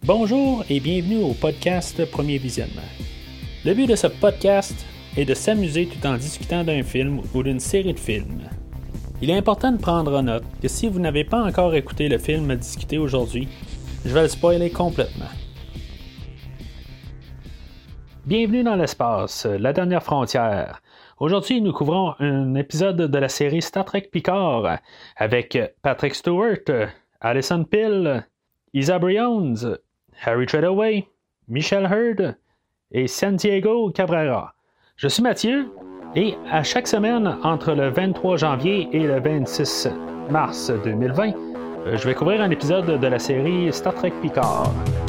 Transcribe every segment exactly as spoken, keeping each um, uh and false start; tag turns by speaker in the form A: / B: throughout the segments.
A: Bonjour et bienvenue au podcast Premier Visionnement. Le but de ce podcast est de s'amuser tout en discutant d'un film ou d'une série de films. Il est important de prendre en note que si vous n'avez pas encore écouté le film à discuter aujourd'hui, je vais le spoiler complètement. Bienvenue dans l'espace, la dernière frontière. Aujourd'hui, nous couvrons un épisode de la série Star Trek Picard avec Patrick Stewart, Alison Pill, Isa Briones, Harry Treadaway, Michelle Hurd et Santiago Cabrera. Je suis Mathieu et à chaque semaine entre le vingt-trois janvier et le vingt-six mars deux mille vingt, je vais couvrir un épisode de la série Star Trek Picard.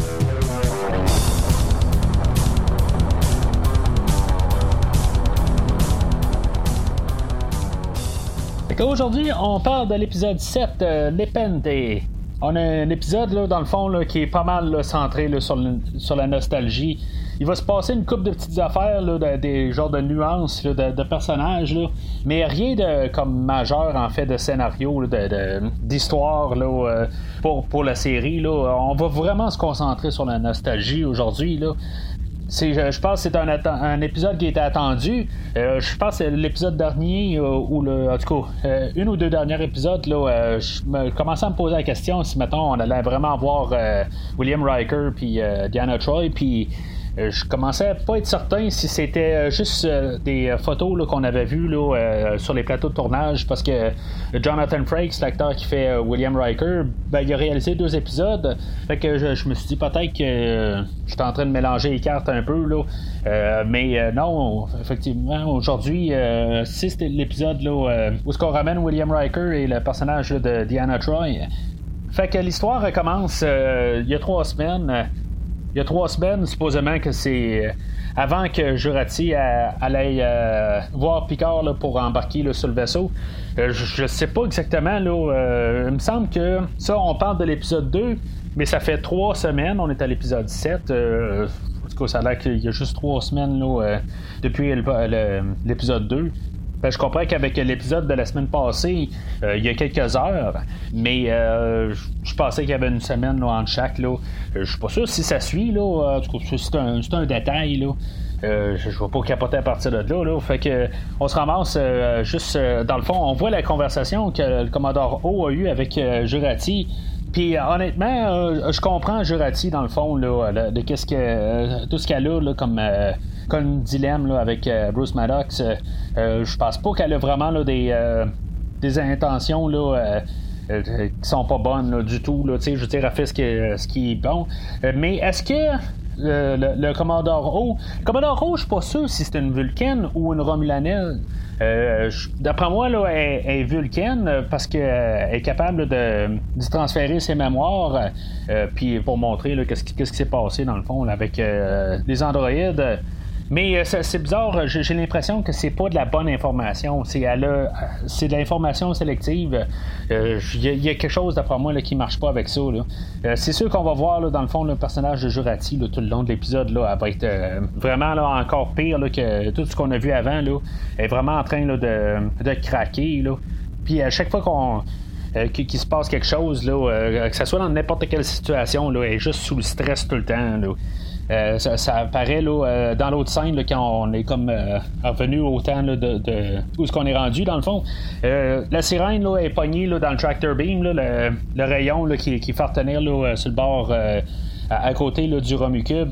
A: Aujourd'hui, on parle de l'épisode sept, euh, Nepenthe. On a un épisode, là, dans le fond, là, qui est pas mal là, centré là, sur, le, sur la nostalgie. Il va se passer une couple de petites affaires, là, de, des genres de nuances là, de, de personnages, là, mais rien de comme majeur, en fait, de scénario, là, de, de, d'histoire là, euh, pour, pour la série. Là. On va vraiment se concentrer sur la nostalgie aujourd'hui, là. C'est, je, je pense que c'est un, un épisode qui était attendu. Euh, je pense que c'est l'épisode dernier, euh, ou le, en tout cas, euh, une ou deux derniers épisodes, là, euh, je me commençais à me poser la question si, mettons, on allait vraiment voir euh, William Riker puis euh, Deanna Troi, puis euh, je commençais à pas être certain si c'était juste euh, des photos là, qu'on avait vues là, euh, sur les plateaux de tournage, parce que Jonathan Frakes, l'acteur qui fait euh, William Riker, ben, il a réalisé deux épisodes. Fait que je, je me suis dit peut-être que euh, j'étais en train de mélanger les cartes un peu là. Euh, mais euh, non, effectivement, aujourd'hui, euh, si c'était l'épisode là, euh, où est-ce qu'on ramène William Riker et le personnage là, de Deanna Troi. Fait que l'histoire recommence euh, il y a trois semaines. Il y a trois semaines, supposément que c'est avant que Jurati allait euh, voir Picard là, pour embarquer là, sur le vaisseau. Euh, je ne sais pas exactement. Là, euh, il me semble que ça, on parle de l'épisode deux, mais ça fait trois semaines. On est à l'épisode sept. Euh, en tout cas, ça a l'air qu'il y a juste trois semaines là, euh, depuis le, le, l'épisode deux. Ben, je comprends qu'avec l'épisode de la semaine passée, euh, il y a quelques heures, mais euh, je pensais qu'il y avait une semaine là, entre chaque. Là. Euh, je suis pas sûr si ça suit. Là, en tout cas, c'est un, c'est un détail. Là. Euh, je ne vais pas capoter à partir de là. là. Fait que, on se ramasse euh, juste euh, dans le fond. On voit la conversation que le commodore O a eue avec euh, Jurati. Puis honnêtement, euh, je comprends Jurati dans le fond là, de, de qu'est-ce que euh, tout ce qu'elle a là, comme, euh, comme dilemme là, avec euh, Bruce Maddox. Euh, je pense pas qu'elle a vraiment là, des, euh, des intentions là, euh, euh, qui sont pas bonnes là, du tout. Là, je veux dire, elle fait ce qui est, ce qui est bon. Euh, mais est-ce que Le, le, le Commodore O. Le Commodore O, je suis pas sûr si c'est une Vulcaine ou une Romulanelle. Euh, je, d'après moi, là, elle, elle est Vulcaine parce qu'elle euh, est capable de, de transférer ses mémoires, euh, puis pour montrer là, qu'est-ce, qui, qu'est-ce qui s'est passé dans le fond là, avec euh, les androïdes. Mais euh, c'est, c'est bizarre, j'ai, j'ai l'impression que c'est pas de la bonne information. C'est, elle a, c'est de l'information sélective. Il euh, y, y a quelque chose, d'après moi, là, qui marche pas avec ça. Là. Euh, c'est sûr qu'on va voir, là, dans le fond, le personnage de Jurati là, tout le long de l'épisode. Là, elle va être euh, vraiment là, encore pire là, que tout ce qu'on a vu avant. Là. Elle est vraiment en train là, de, de craquer. Là. Puis à chaque fois qu'on euh, qu'il, qu'il se passe quelque chose, là, euh, que ce soit dans n'importe quelle situation, là, elle est juste sous le stress tout le temps. Là. Euh, ça, ça apparaît là, euh, dans l'autre scène là, quand on est comme euh, revenu au temps là, de, de où est-ce qu'on est rendu dans le fond. Euh, la sirène là, est pognée là, dans le tractor beam, là, le, le rayon là, qui, qui fait retenir là, sur le bord euh, à, à côté là, du Romucube.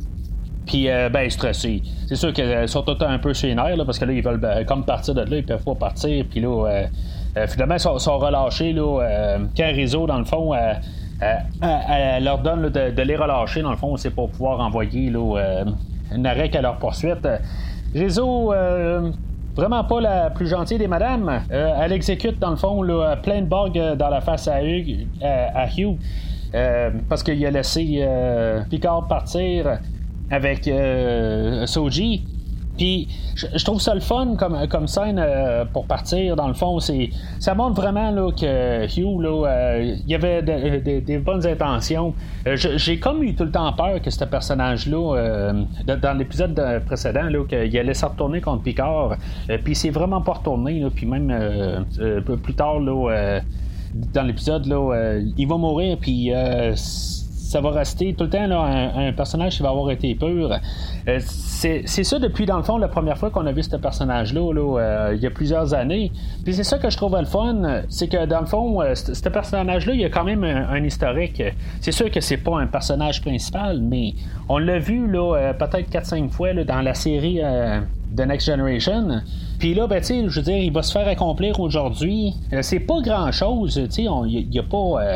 A: Puis euh, ben stressés. C'est sûr qu'ils sont tous un peu sur les nerfs là, parce que là ils veulent ben, comme partir de là, ils peuvent pas partir. Puis là euh, euh, finalement ils sont, sont relâchés là. Euh, Carizo dans le fond. Euh, Euh, elle leur donne là, de, de les relâcher, dans le fond, c'est pour pouvoir envoyer là, euh, un arrêt à leur poursuite. Gézo, euh, vraiment pas la plus gentille des madames. Euh, elle exécute, dans le fond, là, plein de bugs dans la face à Hugh, à, à Hugh euh, parce qu'il a laissé euh, Picard partir avec euh, Soji. Puis je, je trouve ça le fun comme, comme scène euh, pour partir. Dans le fond, c'est ça montre vraiment là, que Hugh, là, euh, il y avait de, de, des bonnes intentions. Euh, je, j'ai comme eu tout le temps peur que ce personnage-là, euh, de, dans l'épisode précédent, là, qu'il allait se retourner contre Picard. Euh, puis c'est vraiment pas retourné. Là, puis même euh, euh, plus tard, là, euh, dans l'épisode, là, euh, il va mourir. Puis euh, ça va rester tout le temps là, un, un personnage qui va avoir été pur. Euh, c'est, c'est ça depuis, dans le fond, la première fois qu'on a vu ce personnage-là, là, euh, il y a plusieurs années. Puis c'est ça que je trouve le fun, c'est que dans le fond, euh, ce personnage-là, il y a quand même un, un historique. C'est sûr que c'est pas un personnage principal, mais on l'a vu là, euh, peut-être quatre cinq fois là, dans la série euh, The Next Generation. Puis là, ben, tu sais, je veux dire, il va se faire accomplir aujourd'hui. Euh, c'est pas grand-chose, tu sais, il n'y a pas... Euh,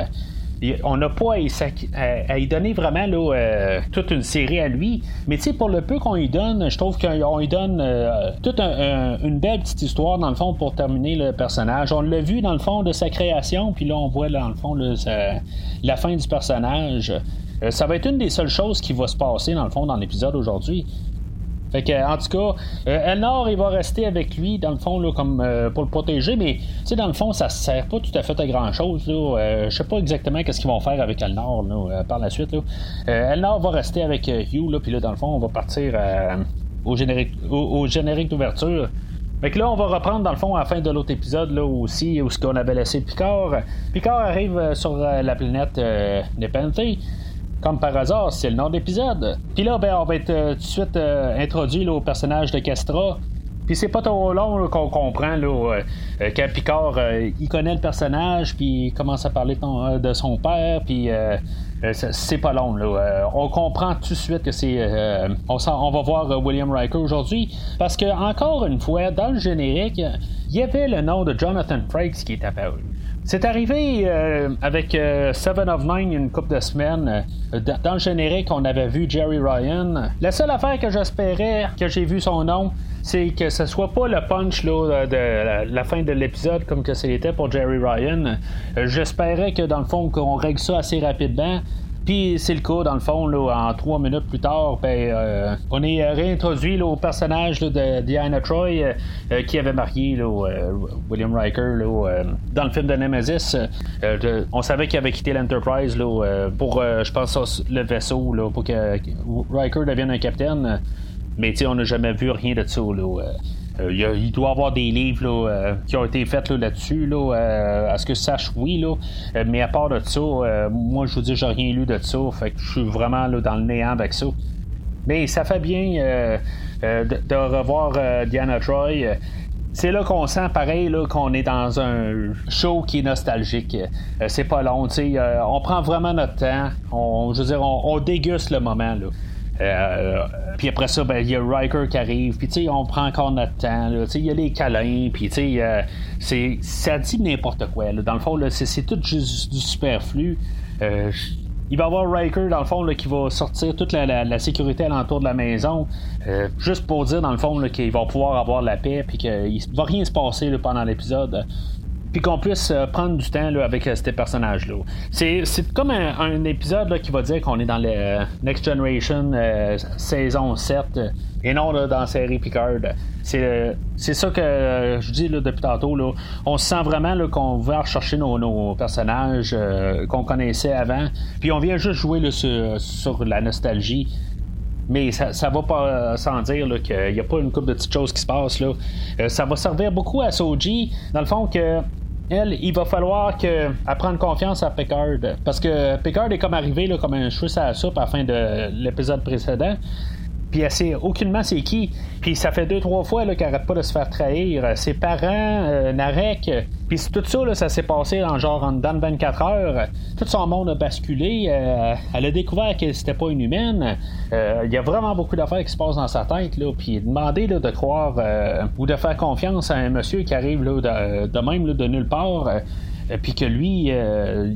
A: on n'a pas à y, à, à y donner vraiment là, euh, toute une série à lui, mais tu sais, pour le peu qu'on y donne, je trouve qu'on y donne euh, toute un, un, une belle petite histoire dans le fond pour terminer le personnage. On l'a vu dans le fond de sa création, puis là on voit dans le fond là, sa, la fin du personnage. Euh, ça va être une des seules choses qui va se passer dans le fond dans l'épisode aujourd'hui. Fait que, en tout cas, euh, Elnor, il va rester avec lui, dans le fond, là, comme euh, pour le protéger, mais, tu sais, dans le fond, ça sert pas tout à fait à grand-chose, là. Euh, je sais pas exactement qu'est-ce qu'ils vont faire avec Elnor, là, euh, par la suite, là. Euh, Elnor va rester avec euh, Hugh, là, puis là, dans le fond, on va partir euh, au générique, au, au générique d'ouverture. Fait que là, on va reprendre, dans le fond, à la fin de l'autre épisode, là, aussi, où ce qu'on avait laissé Picard. Picard arrive euh, sur euh, la planète euh, Nepenthe. Comme par hasard, c'est le nom de l'épisode. Puis là, ben, on va être euh, tout de suite euh, introduit là, au personnage de Kestra. Puis c'est pas trop long là, qu'on comprend là, euh, que Picard, euh, il connaît le personnage, puis il commence à parler de, ton, euh, de son père, puis euh, euh, c'est pas long. Là. Euh, on comprend tout de suite que c'est... Euh, on, on va voir euh, William Riker aujourd'hui, parce que encore une fois, dans le générique, il y avait le nom de Jonathan Frakes qui est apparu. C'est arrivé euh, avec euh, Seven of Nine une couple de semaines. Euh, dans le générique, on avait vu Jerry Ryan. La seule affaire que j'espérais que j'ai vu son nom, c'est que ce soit pas le punch là, de la, la fin de l'épisode comme que c'était pour Jerry Ryan. Euh, j'espérais que dans le fond, qu'on règle ça assez rapidement. Puis c'est le cas, dans le fond, là, en trois minutes plus tard, ben, euh, on est réintroduit là, au personnage là, de Deanna Troi euh, euh, qui avait marié là, euh, William Riker là, euh, dans le film de Nemesis. Euh, de, on savait qu'il avait quitté l'Enterprise là, euh, pour, euh, je pense, le vaisseau, là, pour que Riker devienne un capitaine. Mais on n'a jamais vu rien de ça. Là, euh. Euh, il, y a, il doit y avoir des livres là, euh, qui ont été faits là, là-dessus. Là, euh, à ce que je sache, oui. Là, euh, mais à part de ça, euh, moi, je vous dis, j'ai rien lu de ça. Fait que je suis vraiment là, dans le néant avec ça. Mais ça fait bien euh, euh, de, de revoir euh, Deanna Troi. C'est là qu'on sent pareil là, qu'on est dans un show qui est nostalgique. Euh, c'est pas long. Euh, on prend vraiment notre temps. On, je veux dire, on, on déguste le moment. Là. Euh, puis après ça, ben il y a Riker qui arrive, puis tu sais, on prend encore notre temps, tu sais, il y a les câlins, puis tu sais, euh, c'est, ça dit n'importe quoi, là. Dans le fond, là, c'est, c'est tout juste du superflu. Euh, il va y avoir Riker, dans le fond, là, qui va sortir toute la, la, la sécurité alentour de la maison, euh, juste pour dire, dans le fond, là, qu'il va pouvoir avoir la paix, puis qu'il va rien se passer là, pendant l'épisode. Puis qu'on puisse euh, prendre du temps là, avec euh, ces personnages-là. C'est, c'est comme un, un épisode là, qui va dire qu'on est dans le euh, Next Generation euh, saison sept euh, et non là, dans la série Picard. C'est, euh, c'est ça que euh, je dis là, depuis tantôt. Là, on se sent vraiment là, qu'on va rechercher nos, nos personnages euh, qu'on connaissait avant. Puis on vient juste jouer là, sur, sur la nostalgie. Mais ça, ça va pas euh, sans dire là, qu'il n'y a pas une couple de petites choses qui se passent. Là. Euh, ça va servir beaucoup à Soji. Dans le fond, que elle, il va falloir qu'elle prenne confiance à Picard. Parce que Picard est comme arrivé là, comme un cheveu à la soupe à la fin de l'épisode précédent. Puis elle sait aucunement c'est qui. Puis ça fait deux, trois fois là, qu'elle arrête pas de se faire trahir. Ses parents, euh, Narek. Puis tout ça, là, ça s'est passé en genre en dedans de vingt-quatre heures. Tout son monde a basculé. Euh, elle a découvert que c'était pas une humaine. Euh, il y a vraiment beaucoup d'affaires qui se passent dans sa tête. Là, puis demander là, de croire euh, ou de faire confiance à un monsieur qui arrive là, de, de même là, de nulle part. Euh, puis que lui... Euh,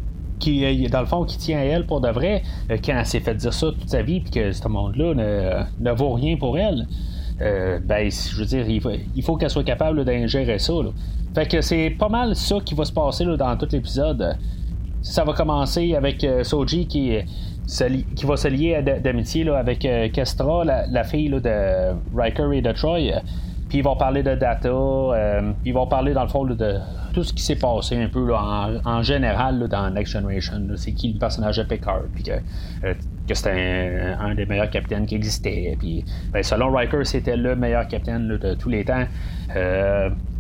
A: qui, dans le fond, qui tient à elle pour de vrai, euh, quand elle s'est fait dire ça toute sa vie, puis que ce monde-là ne, ne vaut rien pour elle, euh, ben, je veux dire, il faut, il faut qu'elle soit capable là, d'ingérer ça. Là. Fait que c'est pas mal ça qui va se passer là, dans tout l'épisode. Ça va commencer avec euh, Soji qui, se li- qui va se lier à d- d'amitié là, avec euh, Kestra, la, la fille là, de Riker et de Troi. Puis ils vont parler de Data, euh, ils vont parler dans le fond là, de tout ce qui s'est passé un peu là, en, en général là, dans Next Generation. Là, c'est qui le personnage de Picard, puis que, euh, que c'était un, un des meilleurs capitaines qui existait. Puis ben, selon Riker, c'était le meilleur capitaine là, de tous les temps. Euh,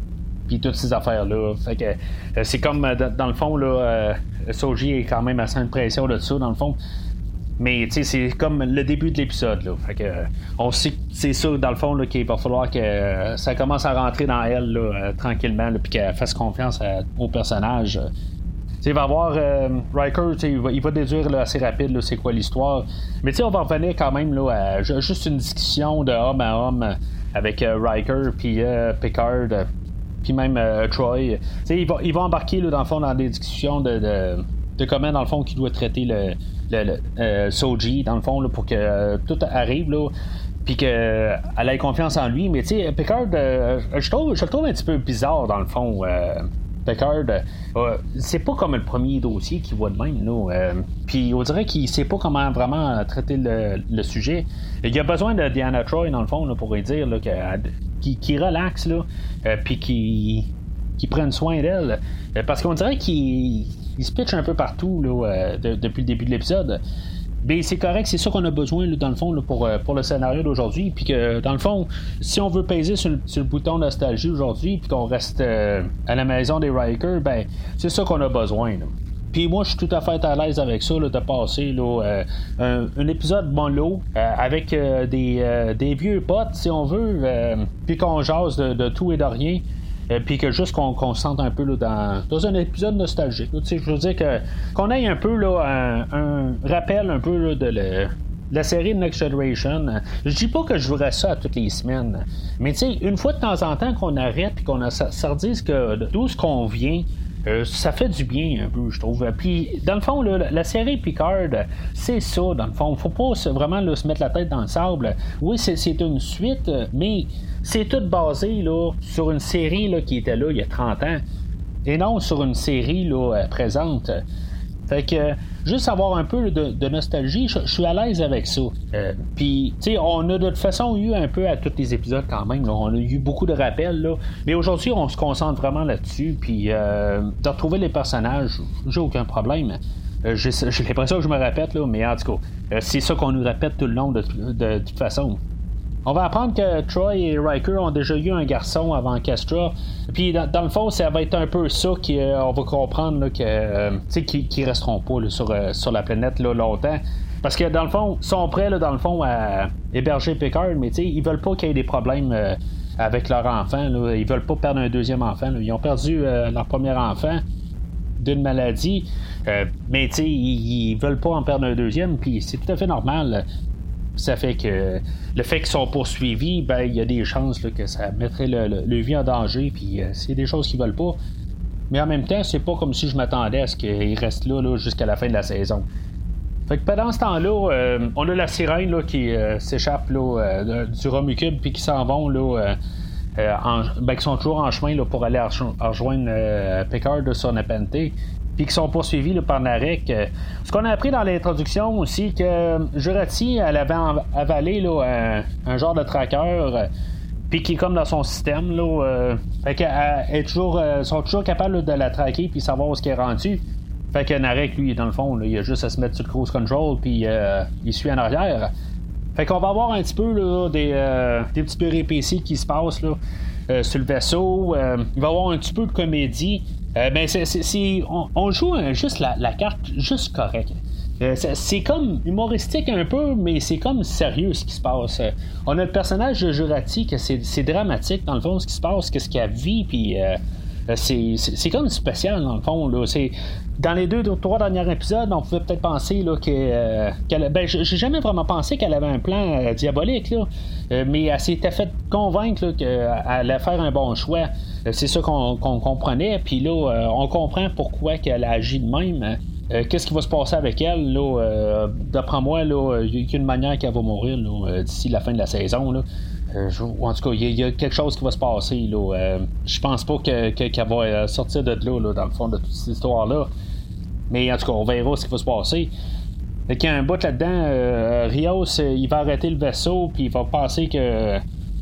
A: puis toutes ces affaires-là. Fait que euh, c'est comme, euh, dans le fond, là, euh, Soji est quand même assez une pression de ça, dans le fond. Mais, tu sais, c'est comme le début de l'épisode, là. Fait que, euh, on sait que c'est ça, dans le fond, là, qu'il va falloir que euh, ça commence à rentrer dans elle, là, euh, tranquillement, puis qu'elle fasse confiance à, au personnage. Euh. Il va avoir euh, Riker, il va, il va déduire là, assez rapide là, c'est quoi l'histoire. Mais on va revenir quand même là, à juste une discussion de homme à homme avec euh, Riker puis euh, Picard, puis même euh, Troy. Il va, il va embarquer là, dans le fond dans des discussions de, de, de comment dans le fond qu'il doit traiter le, le, le euh, Soji dans le fond là, pour que euh, tout arrive là. Puis qu'elle ait confiance en lui. Mais tu sais, Picard, euh, je, trouve, je le trouve un petit peu bizarre dans le fond. Euh, Picard, euh, c'est pas comme le premier dossier qu'il voit de même, là. Euh, Puis on dirait qu'il sait pas comment vraiment traiter le, le sujet. Il a besoin de Deanna Troi, dans le fond, là, pour lui dire là, qu'il, qu'il relaxe, là, euh, puis qu'il, qu'il prenne soin d'elle. Euh, parce qu'on dirait qu'il il se pitch un peu partout là, euh, de, depuis le début de l'épisode. Ben, c'est correct, c'est ça qu'on a besoin là, dans le fond là, pour, pour le scénario d'aujourd'hui. Puis que dans le fond, si on veut peser sur le, sur le bouton nostalgie aujourd'hui, puis qu'on reste euh, à la maison des Riker, ben c'est ça qu'on a besoin. Là. Puis moi, je suis tout à fait à l'aise avec ça, là, de passer là, euh, un, un épisode mollo euh, avec euh, des, euh, des vieux potes, si on veut, euh, puis qu'on jase de, de tout et de rien. Euh, puis que juste qu'on, qu'on se sente un peu là, dans, dans un épisode nostalgique. Je veux dire que qu'on ait un peu là, un, un rappel un peu là, de le, la série Next Generation. Je dis pas que je voudrais ça à toutes les semaines, mais tu sais, une fois de temps en temps qu'on arrête puis qu'on a, ça, ça redise que d'où ce qu'on vient. Euh, ça fait du bien un peu, je trouve. Puis, dans le fond, là, la série Picard, c'est ça, dans le fond. Faut pas vraiment là, se mettre la tête dans le sable. Oui, c'est, c'est une suite, mais c'est tout basé là, sur une série là, qui était là il y a trente ans, et non sur une série là, présente. Fait que, juste avoir un peu de, de nostalgie, je, je suis à l'aise avec ça. Euh, Puis, tu sais, on a de toute façon eu un peu à tous les épisodes quand même. Là. On a eu beaucoup de rappels. Là. Mais aujourd'hui, on se concentre vraiment là-dessus. Puis, euh, de retrouver les personnages, j'ai aucun problème. Euh, j'ai, j'ai l'impression que je me répète, là, mais en tout cas, euh, c'est ça qu'on nous répète tout le long de, de, de toute façon. On va apprendre que Troy et Riker ont déjà eu un garçon avant Kestra. Puis dans, dans le fond, ça va être un peu ça qu'on euh, va comprendre là, que, euh, qu'ils, qu'ils resteront pas là, sur, euh, sur la planète là, longtemps. Parce que dans le fond, ils sont prêts là, dans le fond à héberger Picard, mais ils veulent pas qu'il y ait des problèmes euh, avec leur enfant. Là. Ils veulent pas perdre un deuxième enfant. Là. Ils ont perdu euh, leur premier enfant d'une maladie, euh, mais ils, ils veulent pas en perdre un deuxième, puis c'est tout à fait normal. Ça fait que le fait qu'ils sont poursuivis, ben il y a des chances là, que ça mettrait le, le, le vie en danger, puis euh, c'est des choses qu'ils veulent pas. Mais en même temps, c'est pas comme si je m'attendais à ce qu'ils restent là, là jusqu'à la fin de la saison. Fait que pendant ce temps-là, euh, on a la sirène là, qui euh, s'échappe là, euh, du Romucube, puis qui s'en vont là, euh, euh, en, ben, qui sont toujours en chemin là, pour aller rejoindre euh, Picard là, sur Nepenthe. Puis qui sont poursuivis là, par Narek. Euh, ce qu'on a appris dans l'introduction aussi, que euh, Jurati, elle avait avalé là, un, un genre de tracker, euh, puis qui est comme dans son système. Là, euh, fait qu'elle est toujours, euh, sont toujours capables là, de la traquer puis savoir où ce qui est rendu. Fait que Narek, lui, dans le fond, là, il a juste à se mettre sur le cruise control puis euh, il suit en arrière. Fait qu'on va avoir un petit peu là, des, euh, des petits péripéties qui se passent là, euh, sur le vaisseau. Euh, il va y avoir un petit peu de comédie. Euh, ben c'est, c'est, c'est, on, on joue euh, juste la, la carte juste correcte. Euh, c'est, c'est comme humoristique un peu, mais c'est comme sérieux ce qui se passe. Euh, on a le personnage de Jurati, que c'est, c'est dramatique dans le fond ce qui se passe, qu'est-ce qu'elle vit, puis euh, c'est, c'est, c'est comme spécial dans le fond. Là. C'est, dans les deux ou trois derniers épisodes, on pouvait peut-être penser là, que, euh, qu'elle. Ben, j'ai jamais vraiment pensé qu'elle avait un plan euh, diabolique, là, euh, mais elle s'était fait convaincre là, qu'elle allait faire un bon choix. C'est ça qu'on, qu'on comprenait, puis là, euh, on comprend pourquoi qu'elle a agi de même. Euh, qu'est-ce qui va se passer avec elle, là, euh, d'après moi, là, il y a une manière qu'elle va mourir là, euh, d'ici la fin de la saison. Là. Euh, je, en tout cas, il y, y a quelque chose qui va se passer. Là. Euh, je pense pas que, que, qu'elle va sortir de là, là, dans le fond de toute cette histoire-là. Mais en tout cas, on verra ce qui va se passer. Fait qu'il y a un bout là-dedans, euh, Rios, il va arrêter le vaisseau, puis il va penser que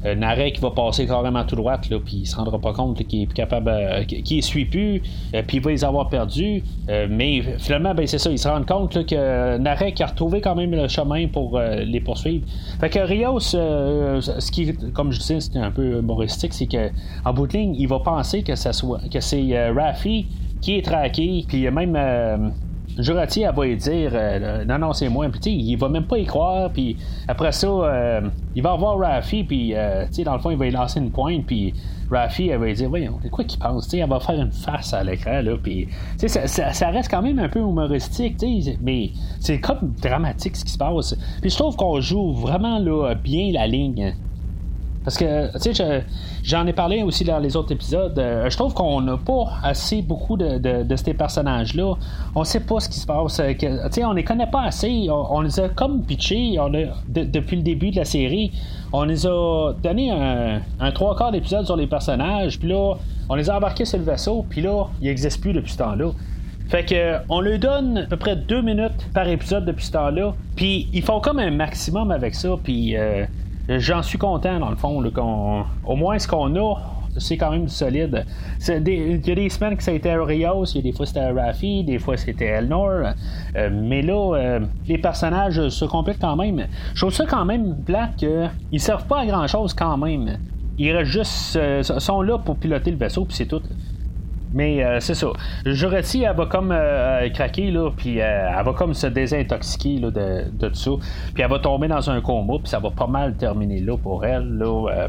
A: euh, Narek va passer carrément tout droit, là, puis il se rendra pas compte là, qu'il est plus capable, euh, qu'il ne suit plus, euh, puis il va les avoir perdus. Euh, mais finalement, ben, c'est ça, il se rend compte là, que Narek a retrouvé quand même le chemin pour euh, les poursuivre. Fait que Rios, euh, ce qui, comme je disais, c'était un peu humoristique, c'est que en bout de ligne, il va penser que ça soit que c'est euh, Raffi qui est traqué, puis même euh, Jurati, elle va lui dire euh, non, non, c'est moi. Puis, tu sais, il va même pas y croire. Puis, après ça, euh, il va voir Raffi. Puis, euh, tu sais, dans le fond, il va lui lancer une pointe. Puis, Raffi, elle va lui dire voyons, c'est quoi qu'il pense. Tu sais, elle va faire une face à l'écran. Là, puis, tu sais, ça, ça, ça reste quand même un peu humoristique. Tu sais, mais c'est comme dramatique ce qui se passe. Puis, je trouve qu'on joue vraiment là, bien la ligne. Parce que, tu sais, j'en ai parlé aussi dans les autres épisodes. Euh, je trouve qu'on n'a pas assez beaucoup de, de, de ces personnages-là. On sait pas ce qui se passe. Tu sais, on les connaît pas assez. On, on les a comme pitchés on a, de, depuis le début de la série. On les a donné un, un trois quarts d'épisode sur les personnages. Puis là, on les a embarqués sur le vaisseau. Puis là, ils n'existent plus depuis ce temps-là. Fait que on leur donne à peu près deux minutes par épisode depuis ce temps-là. Puis ils font comme un maximum avec ça. Puis... Euh, J'en suis content, dans le fond, là, qu'on... au moins ce qu'on a, c'est quand même solide. Il y a des semaines que ça a été Rios, il y a des fois c'était Raffi, des fois c'était Elnor, euh, mais là, euh, les personnages se complètent quand même. Je trouve ça quand même plate qu'ils servent pas à grand-chose quand même. Ils restent juste, euh, sont là pour piloter le vaisseau, puis c'est tout. Mais euh, c'est ça. Jurati, elle va comme euh, craquer, là, puis euh, elle va comme se désintoxiquer là, de, de tout ça. Puis elle va tomber dans un coma, puis ça va pas mal terminer là pour elle. Là, euh,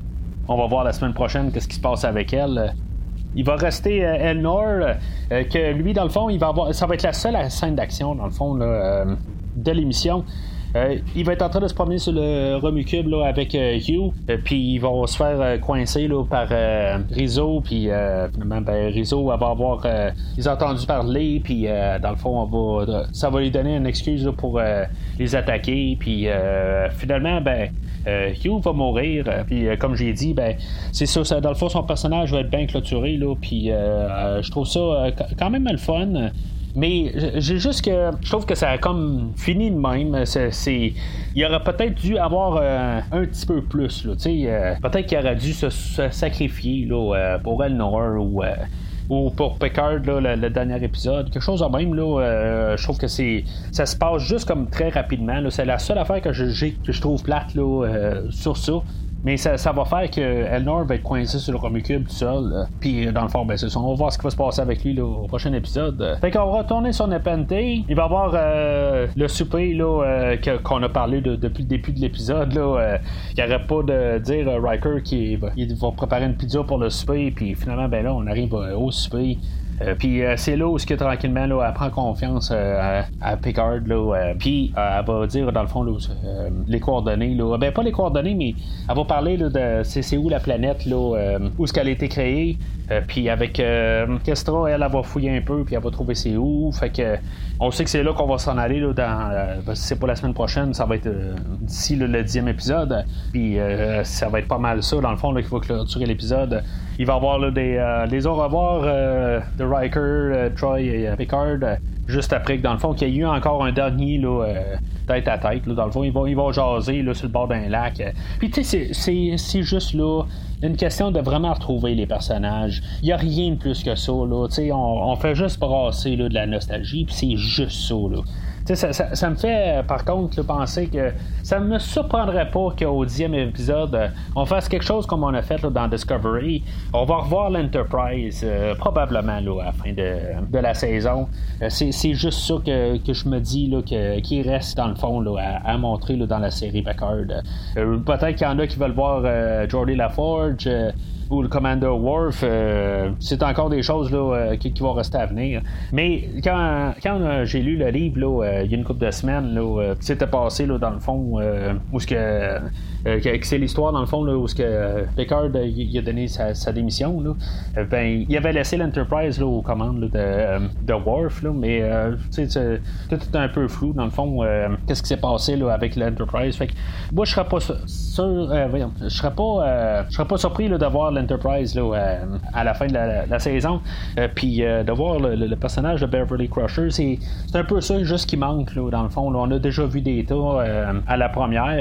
A: on va voir la semaine prochaine qu'est-ce qui se passe avec elle. Il va rester euh, Elnor, euh, que lui, dans le fond, il va avoir, ça va être la seule scène d'action, dans le fond, là, euh, de l'émission. Euh, il va être en train de se promener sur le Romucube là, avec euh, Hugh, euh, puis il va se faire euh, coincer là, par euh, Rizzo, puis euh, finalement, ben, Rizzo elle va avoir euh, ils ont entendu parler, puis euh, dans le fond, on va, euh, ça va lui donner une excuse là, pour euh, les attaquer, puis euh, finalement, ben, euh, Hugh va mourir, euh, puis euh, comme j'ai dit, ben, c'est ça, ça, dans le fond, son personnage va être bien clôturé, là, puis euh, euh, je trouve ça euh, quand même le fun. Mais j'ai juste que je trouve que ça a comme fini de même. C'est, c'est... Il aurait peut-être dû avoir euh, un petit peu plus. Là, euh, peut-être qu'il aurait dû se, se sacrifier là, euh, pour Elnor ou, euh, ou pour Picard, là, le, le dernier épisode. Quelque chose de même. Là, euh, je trouve que c'est ça se passe juste comme très rapidement. Là. C'est la seule affaire que je, j'ai, que je trouve plate là, euh, sur ça. Mais ça, ça va faire que Elnor va être coincé sur le Romucube tout seul. Puis dans le fond, ben c'est ça. On va voir ce qui va se passer avec lui là, au prochain épisode. Fait qu'on va retourner sur Nepenthe. Il va y avoir euh, le souper là, euh, que, qu'on a parlé de, depuis le début de l'épisode. Là, euh, il n'y aurait pas de dire euh, Riker qui va, il va préparer une pizza pour le souper. Puis finalement, ben là, on arrive euh, au souper. Euh, puis euh, c'est là où ce que tranquillement là, elle prend confiance euh, à, à Picard là, euh, puis euh, elle va dire dans le fond là, euh, les coordonnées là, ben pas les coordonnées mais elle va parler là, de c'est, c'est où la planète là, euh, où est-ce qu'elle a été créée, euh, puis avec euh, Kestra elle, elle va fouiller un peu puis elle va trouver c'est où, fait que on sait que c'est là qu'on va s'en aller là, dans euh, si c'est pas la semaine prochaine, ça va être euh, d'ici là, le dixième épisode, puis euh, ça va être pas mal ça dans le fond là, qu'il va clôturer l'épisode. Il va y avoir là, des, euh, des au revoir euh, de Riker, euh, Troy et euh, Picard, euh, juste après que dans le fond qu'il y a eu encore un dernier là, euh, tête à tête. Là, dans le fond, ils vont, ils vont jaser là, sur le bord d'un lac. Euh. Puis tu sais, c'est, c'est, c'est juste là une question de vraiment retrouver les personnages. Il n'y a rien de plus que ça. Là. On, on fait juste brasser là, de la nostalgie, puis c'est juste ça. Là. Ça, ça, ça me fait, par contre, là, penser que ça ne me surprendrait pas qu'au dixième épisode, euh, on fasse quelque chose comme on a fait là, dans Discovery. On va revoir l'Enterprise, euh, probablement là, à la fin de, de la saison. Euh, c'est, c'est juste ça que, que je me dis là, que, qu'il reste, dans le fond, là, à, à montrer là, dans la série Picard. Euh, peut-être qu'il y en a qui veulent voir euh, Geordi LaForge euh, ou le Commander Worf, euh, c'est encore des choses là, euh, qui, qui vont rester à venir. Mais quand, quand euh, j'ai lu le livre, là, euh, il y a une couple de semaines, là, euh, c'était passé là, dans le fond, euh, où ce que, euh, que c'est l'histoire dans le fond, là, où ce que euh, Picard euh, il a donné sa, sa démission. Là, euh, ben, il avait laissé l'Enterprise là, aux commandes là, de, euh, de Worf, là, mais euh, tout est un peu flou dans le fond. Euh, qu'est-ce qui s'est passé là, avec l'Enterprise? Fait que moi, je serais pas sûr, euh, voyons, je serais pas, euh, je serais pas surpris là, de voir l'Enterprise là, euh, à la fin de la, la, la saison, euh, puis euh, de voir le, le, le personnage de Beverly Crusher, c'est, c'est un peu ça juste qui manque là, dans le fond. Là, on a déjà vu des tas euh, à la première,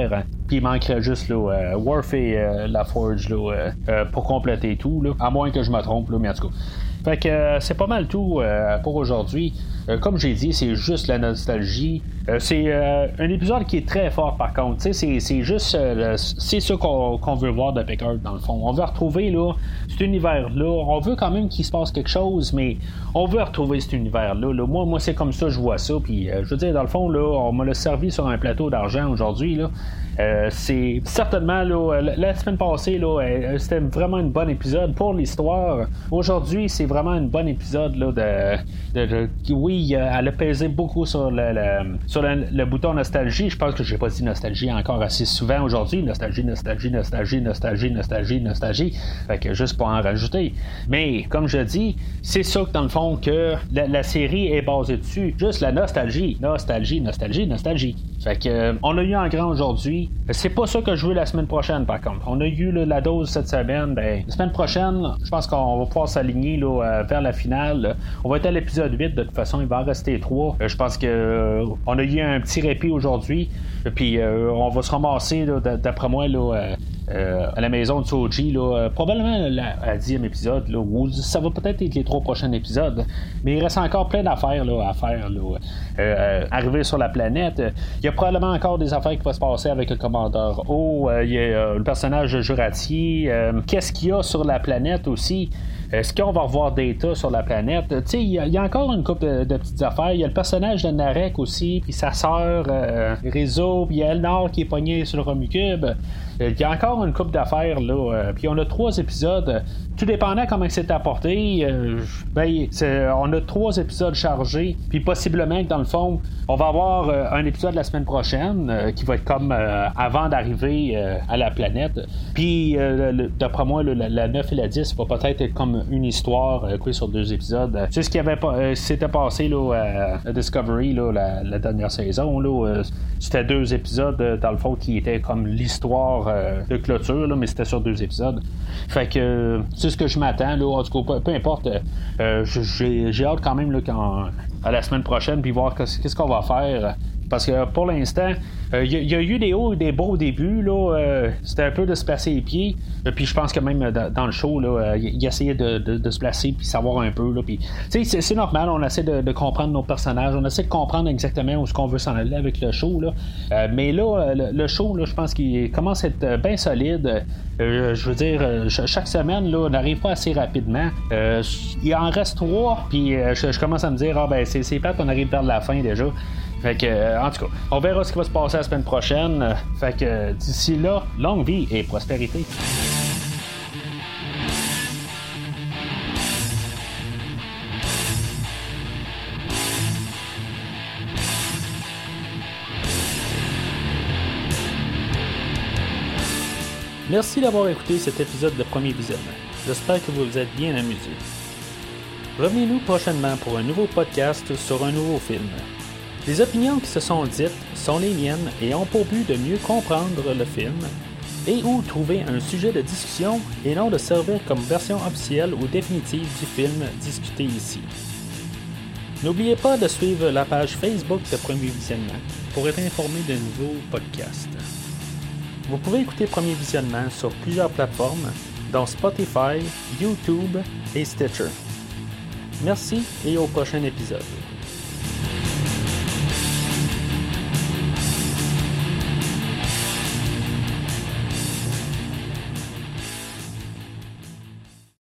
A: Puis il manquerait juste là, euh, Worf et euh, La Forge là, euh, pour compléter tout, là, à moins que je me trompe, là, mais en tout cas. Fait que euh, c'est pas mal tout euh, pour aujourd'hui. Euh, comme j'ai dit, c'est juste la nostalgie. Euh, c'est euh, un épisode qui est très fort par contre. C'est, c'est juste euh, c'est ça qu'on, qu'on veut voir de Picard dans le fond. On veut retrouver là, cet univers-là. On veut quand même qu'il se passe quelque chose, mais on veut retrouver cet univers-là. Là. Moi, moi, c'est comme ça que je vois ça. Puis euh, je veux dire, dans le fond, là, on me l'a servi sur un plateau d'argent aujourd'hui. Là. Euh, c'est certainement là, la semaine passée là, c'était vraiment un bon épisode pour l'histoire. Aujourd'hui, c'est vraiment un bon épisode là, de, de, de oui, elle a pesé beaucoup sur le, le sur le, le bouton nostalgie. Je pense que j'ai pas dit nostalgie encore assez souvent aujourd'hui. Nostalgie, nostalgie, nostalgie, nostalgie, nostalgie, nostalgie. Fait que juste pour en rajouter. Mais comme je dis, c'est ça que dans le fond que la, la série est basée dessus. Juste la nostalgie, nostalgie, nostalgie, nostalgie. Fait que euh, on l'a eu en grand aujourd'hui. C'est pas ça que je veux la semaine prochaine, par contre. On a eu là, la dose cette semaine. Ben, la semaine prochaine, je pense qu'on va pouvoir s'aligner là, euh, vers la finale. On va être à l'épisode huit. De toute façon, il va en rester trois. Euh, je pense que euh, on a eu un petit répit aujourd'hui. Puis euh, on va se ramasser, là, d'après moi, là, euh, euh, à la maison de Soji, là, euh, probablement la, à dixième épisode, là, ou ça va peut-être être les trois prochains épisodes, mais il reste encore plein d'affaires là, à faire. Là, euh, arriver sur la planète, il y a probablement encore des affaires qui vont se passer avec le commandeur O, euh, il y a euh, le personnage de Jurati, euh, qu'est-ce qu'il y a sur la planète aussi. Est-ce qu'on va revoir Data sur la planète? Tu sais, il y, y a encore une couple de, de petites affaires. Il y a le personnage de Narek aussi, puis sa sœur, euh, Rizzo, puis il y a Elnor qui est pogné sur le Romicube. Il y a encore une couple d'affaires, là. Euh, puis on a trois épisodes. Tout dépendant comment c'est apporté, euh, ben, c'est, on a trois épisodes chargés. Puis possiblement que dans le fond, on va avoir euh, un épisode la semaine prochaine euh, qui va être comme euh, avant d'arriver euh, à la planète. Puis euh, le, d'après moi, le, la, la neuf et la dix va peut-être être comme une histoire euh, sur deux épisodes. C'est ce qui avait euh, s'était passé là, à Discovery là, la, la dernière saison. Là, euh, c'était deux épisodes euh, dans le fond qui étaient comme l'histoire euh, de clôture, là, mais c'était sur deux épisodes. Fait que euh, c'est ce que je m'attends. Là, en tout cas, peu, peu importe. Euh, j'ai, j'ai hâte quand même là, quand, à la semaine prochaine puis voir qu'est-ce, qu'est-ce qu'on va faire. Parce que pour l'instant, il euh, y, y a eu des hauts et des bas au début. Là, euh, c'était un peu de se placer les pieds. Euh, puis je pense que même dans, dans le show, là, il, il essayait de, de, de se placer puis savoir un peu. Là, puis, c'est, c'est normal, on essaie de, de comprendre nos personnages. On essaie de comprendre exactement où est-ce qu'on veut s'en aller avec le show. Là. Euh, mais là, le, le show, là, je pense qu'il commence à être bien solide. Euh, je veux dire, chaque semaine, là, on n'arrive pas assez rapidement. Euh, il en reste trois. Puis euh, je, je commence à me dire, ah ben c'est, c'est plate, on arrive vers la fin déjà. Fait que, euh, en tout cas, on verra ce qui va se passer la semaine prochaine. Fait que, euh, d'ici là, longue vie et prospérité. Merci d'avoir écouté cet épisode de Premier Visionnement. J'espère que vous vous êtes bien amusés. Revenez-nous prochainement pour un nouveau podcast sur un nouveau film. Les opinions qui se sont dites sont les miennes et ont pour but de mieux comprendre le film et ou trouver un sujet de discussion et non de servir comme version officielle ou définitive du film discuté ici. N'oubliez pas de suivre la page Facebook de Premier Visionnement pour être informé de nouveaux podcasts. Vous pouvez écouter Premier Visionnement sur plusieurs plateformes, dont Spotify, YouTube et Stitcher. Merci et au prochain épisode.